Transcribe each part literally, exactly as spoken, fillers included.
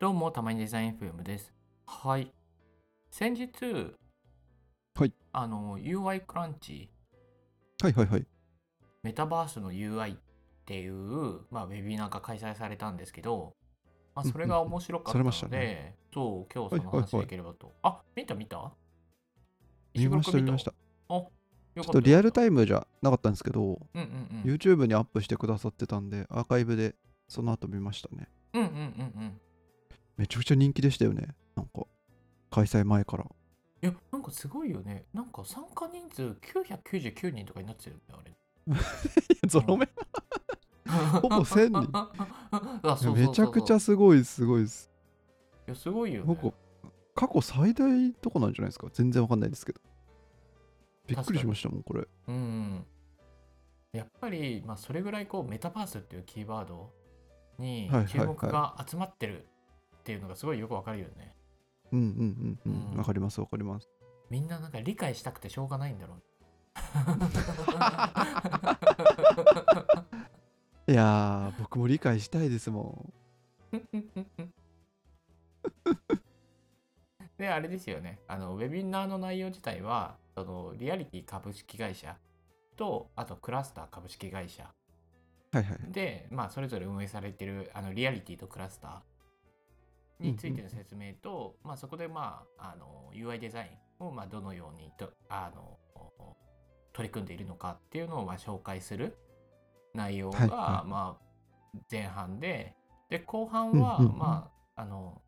どうも、たまにデザイン エフエム です。はい。先日、 はい。 あの、ユーアイ クランチ、 はいはいはい。 メタバースの ユーアイ っていう、まあ、ウェビナーが開催されたんですけど、まあ、それがうんうんうん。 面白かされったましたね。 ので、そう、今日はその話いはいはい。 できればと。あ、見た見た石見ま黒くん見た？あ、 した見ました。 よちょっとリアルかったよかった。 タイムじゃなかったんですけど、 うんうん YouTube にアップしてくださってたんで、アーカイブでその後見ましたね。 うん。うんうんうんうん。 めちゃくちゃ人気でしたよね。なんか、開催前から。 いや、なんかすごいよね。なんか参加人数きゅうひゃくきゅうじゅうきゅうにんとかになってたよね、あれ。うん。 ゾロ目ほぼせんにん。 あ、 いやそうめちゃくちそうそうそう。 ゃすごいですすごいです。 いや、すごいよね。 なんか、過去最大とかなんじゃないですか。全然わかんないですけど。びっく確かに。 りしましたもん、これ。 うん。やっぱり、まあ、それぐらいこうメタバースっていうキーワードにはい注はいはい。 目が集まってるっていうのがすごいよくわかるよね。 うんうんうんうん。わうん。 かりますわかります。 みんななんか理解したくてしょうがないんだろう。 いやー、僕も理解したいですもで、あれですよね。あの、ウェビナーの内容自体は、そのリアリティ株式会社と、あとクラスター株式会社ん。はいはい。 で、まあ、それぞれ運営されてるあのリアリティとクラスターうんうん。 についての説明と、まあ、そこで、まあ、あの ユーアイ デザインを、まあ、どのようにとあの取り組んでいるのかっていうのを、まあ、紹介する内容はいはい。 が、まあ、前半で、で後半うんうは、 ん。 まあ、あの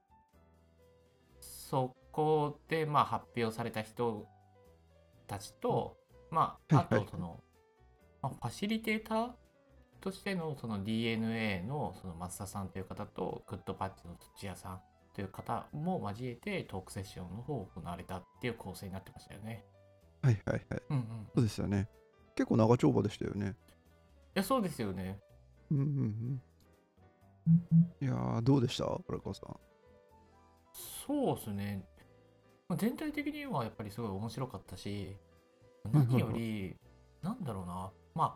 そこで、まあ、発表された人たちと、まあ、あはいはいはい。 とその、まあ、ファシリテーターとしてのその ディーエヌエー のその松田さんという方とグッドパッチの土屋さんという方も交えてトークセッションの方を行われたっていう構成になってましたよね。 はいはいはい。 うんうんうん。いそうですよね。結構長丁場でしたよね。 や、そうですよね。 うんうんうん。いやー、どうでした荒川さん。 そうですね。まあ全体的にはやっぱりすごい面白かったし、何はいはいはい。 より、なんだろうな、ま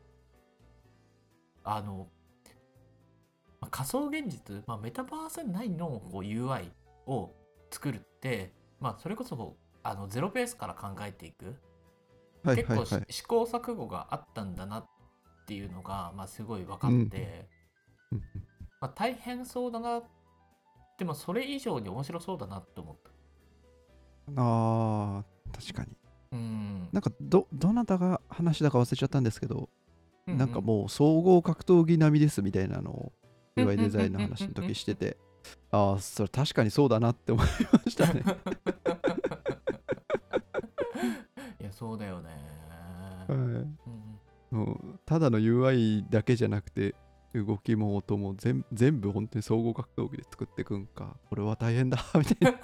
あ、あの、まあ仮想現実、まあ、メタバース内のこう ユーアイ を作るって、まあ、それこそあのゼロベースから考えていく、 はい結構はいはい。 試行錯誤があったんだなっていうのが、まあ、すごい分かっうん。 て、 うんまあ、大変そうだな、でもそれ以上に面白そうだなって思った。 うん。あー、確かに。 うん。 なんかど、どなたが話だか忘れちゃったんですけど、 うんうん。 なんかもう総合格闘技並みですみたいなのをうんうんユーアイうんうデザインの話のんうん。 時してて、あー、それ確かにそうだなって思いましたね。 いや、そうだよね。 はい。 うん。 もうただの ユーアイ だけじゃなくて、動きも音も全全部本当に総合格闘技で作っていくんか。これは大変だみたいな。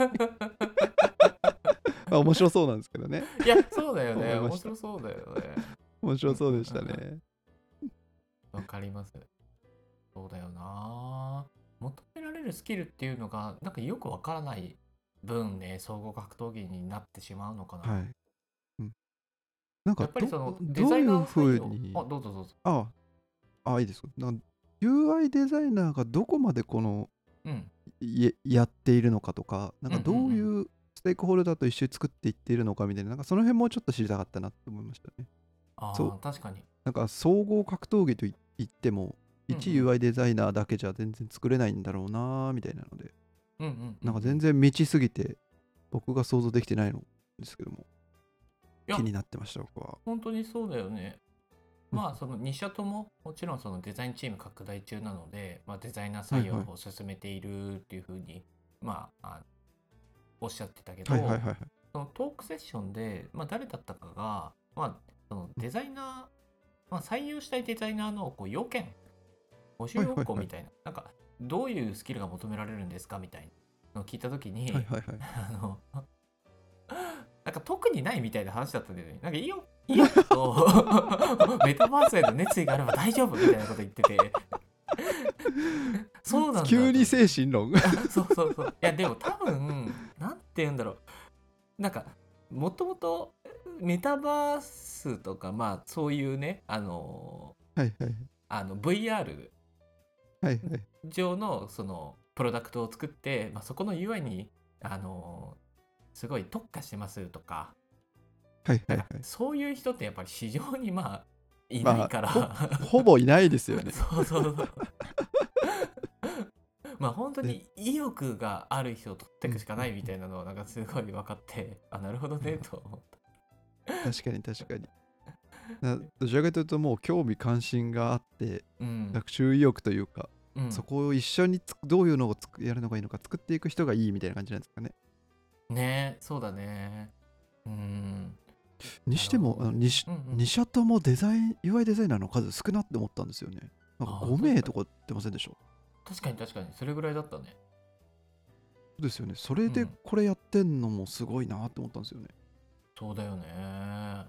まあ面白そうなんですけどね。 いや、そうだよね。 思いました。 面白そうだよね。 面うんうん白そうでしたうんうん。 ね。 わかります。そうだよな。求められるスキルっていうのが、なんかよくわからない分ね、総合格闘技になってしまうのかな。 はい。うん、なんかど、 やっぱりそのデザイナーどういうふ採用、あ、 うに、 どうぞどうぞ。 ああ、いいですか。なんか ユーアイ デザイナーがどこまでこのうん。 いやっているのかとか、なんうんうかんうん。 どういうステークホルダーと一緒に作っていっているのかみたいな、なんかその辺もうちょっと知りたかったなって思いましたね。そう、 ああ、確かに。 なんか総合格闘技とい言っても、一うんうん。 ユーアイ デザイナーだけじゃ全然作れないんだろうなみたいなので、 うんうんうんうなんか全ん。 然未知すぎて、僕が想像できてないのですけども、 いや、 気になってました、僕は。 本当にそうだよね。 うん、 まあ、そのに社とも、もちろんそのデザインチーム拡大中なので、まあ、デザイナー採用はいはい。 の方を進めているっていうふうに、まあ、あおっしゃってたけど、 はいはいはいはい。 そのトークセッションで、まあ、誰だったかが、まあ、そのデザイナー、まあ、採用したいデザイナーのこう要件、募集要はいはいはい。 項みたいな、なんか、どういうスキルが求められるんですかみたいなのを聞いたときに、 はいはいはい。 あの、なんか特にないみたいな話だったんだよね。なんか意欲意欲とメタバースへの熱意があれば大丈夫みたいなこと言ってて、そうなんだ急にと思って。 精神論。 そうそうそう。いや、でも多分、なんて言うんだろう。なんか、もともとメタバースとか、まあ、そういうね、あの、 はいはい。 あの ブイアールはいはい。 上の、その、 プロダクトを作って、まあ、そこの ユーアイ に、あのすごい特化してますとか、なんかはいはいはい。 そういう人ってやっぱり市場にまあいないまあ、 からほ、ほぼいないですよね。 そうそうそう。まあ本当で、 に意欲がある人を取ってうんいくしかないみたいなのはなんかすごい分かって、あ、なるほどねうん、 と思った。 確かに確かに。などちらかというともう興味関心があってうん、 学習意欲というか、 うん。 そこを一緒につどういうのをつくやるのがいいのか作っていく人がいいみたいな感じなんですかね。 ね、そうだね。うん。なるにしても、あのほどね。 にしうんうん。 に社ともデザイン ユーアイ デザイナーの数少なって思ったんですよね。なんかああ、 ご確かに。 名とか出ませんでした？そ確かに確かに。それぐらいだったね。 うですよね。それでうん。 これやってんのもすごいなって思ったんですよね。 そうだよね。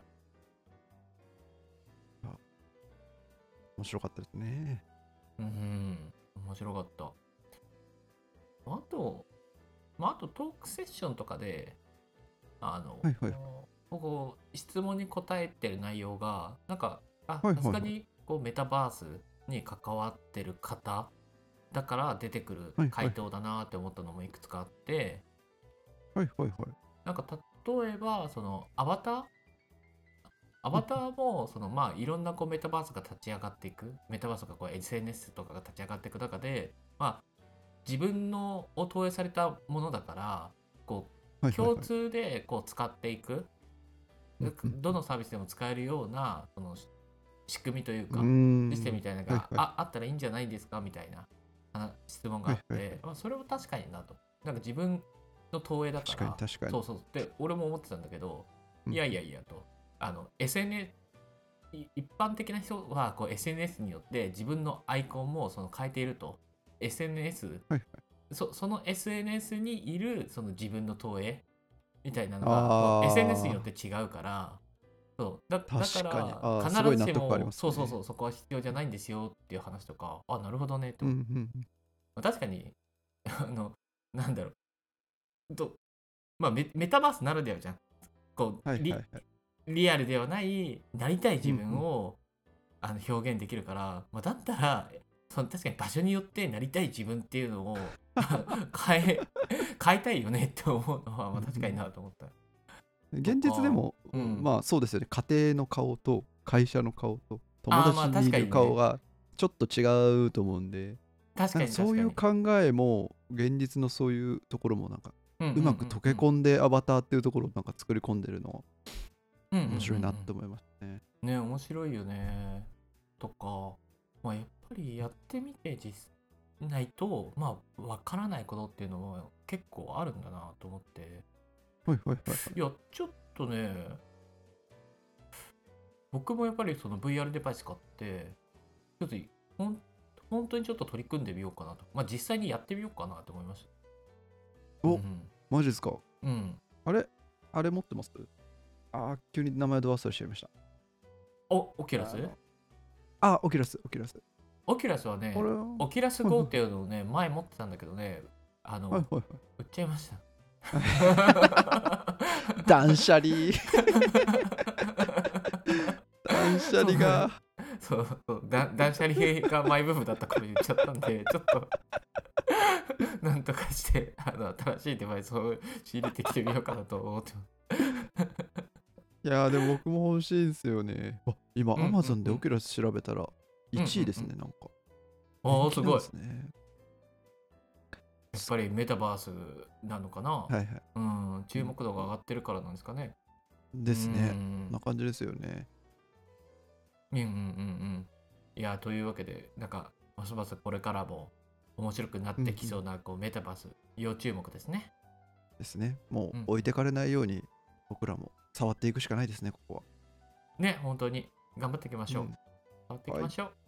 あ、面白かったですね。 うん。面白かった。あと、まあ、あとトークセッションとかで、あの、 はいはいここ質問に答えてる内容が、なんか、あ、 はいはいはいさすがにこうメタバースに関わってる方だから出てくるはいはい回答だなって思ったのもいくつかあって、 はいはいはい。 なんか例えば、そのアバターアうんバターもそのまあいろんなこうメタバースが立ち上がっていく、メタバースがこう エスエヌエス とかが立ち上がっていく中で、まあ自分のを投影されたものだから、こう共はいはいはい。 通でこう使っていく、 うんうんどのサービスでも使えるようなその仕組みといううーかシステムん。 みたいなのがはいはいああったらいいんじゃないですかみたいなあ質問がはいはいはい。 あって、まあ、それも確かになと。なんか自分の投影だか確かにら、 確かに。 そうそうって俺も思ってたんだけど、 うんいやいやいやと、あの エスエヌエス、い一般的な人はこう エスエヌエス によって自分のアイコンもその変えていると。 エスエヌエス、 はいはい。 そその エスエヌエス にいるその自分の投影みたいなのがこう エスエヌエス によってあ違うから、そうだー、 だか確かに。 らああ、すごい必ずし納得ありまもそうそうそすね。 うそこは必要じゃないんですよっていう話とか、あ、なるほどねってうんう思って。 んうん。 まあ確かにあのなんだろうと、まあメ、メタバースならではじゃん。こうリはいはいはい。 リアルではないなりたい自うんうん。 分をあの表現できるから、まあ、だったらその確かに場所によってなりたい自分っていうのを変え変えたいよねって思うのは、まあ、確かにうんうん。 なと思った。と現実でか、 も、 うん。 まあそうですよね。家庭の顔と会社の顔と友ああ、まあ達にいる確かにね。 顔がちょっと違うと思うんで、 確かなんかそうに確かに。 いう考えも現実のそういうところもなんかうんうんううまく溶んうん。 け込んでアバターっていうところをなんか作り込んでるのはうんうんうんう面白いなってん。 思いますね。 ね、面白いよね。とか、まあ、やっぱりやってみて実ないと、まあ、わからないことっていうのは結構あるんだなと思って。 はいはいはいはい。 いや、ちょっとね、僕もやっぱりその ブイアール デバイス買って、ちょっとほん本当にちょっと取り組んでみようかなと。まあ、実際にやってみようかなと思いました。うお、 んマジですか？ うん。うん。 あれあれ持ってます？あー、急に名前ど忘れしちゃいました。 お、オキュラスあの、あ、オキュラス、オキュラス。 オキュラスはこれは、 ね、 はいオキュラスはいゴーはい。 っていうのをね、前持ってたんだけどね、あの、 はいはい売っちゃいました。 はい。断捨離。断捨そうなのよ。 離が。 そうそう、だ断捨離がマイブームだった頃に言っちゃったんで、ちょっとなんとかして、あの、新しいデバイスを仕入れてきてみようかなと思ってます。 いやーでも僕も欲しいんですよね。あ、今、 うんうん Amazon でうん。 オキュラス調べたらうんうんいちいですね、 うん。 なんか。 おー、 人気なんすごい。 ですね。 やっぱりメタバースなのかな。 はいはい。 うん、 うん、 注目度が上がってるからなんですかね。うですね。こんん。 な感じですよね。 うんうんうんうん。いや、というわけで、なんか、ますますこれからも面白くなっうんうん。 てきそうなこうメタバース、要注目ですね。 ですね。もううん。 置いてかれないように僕らも触っていくしかないですね、ここは。 ね、本当に頑張っていきましょう。 うん。 頑張っていきはい。 ましょう。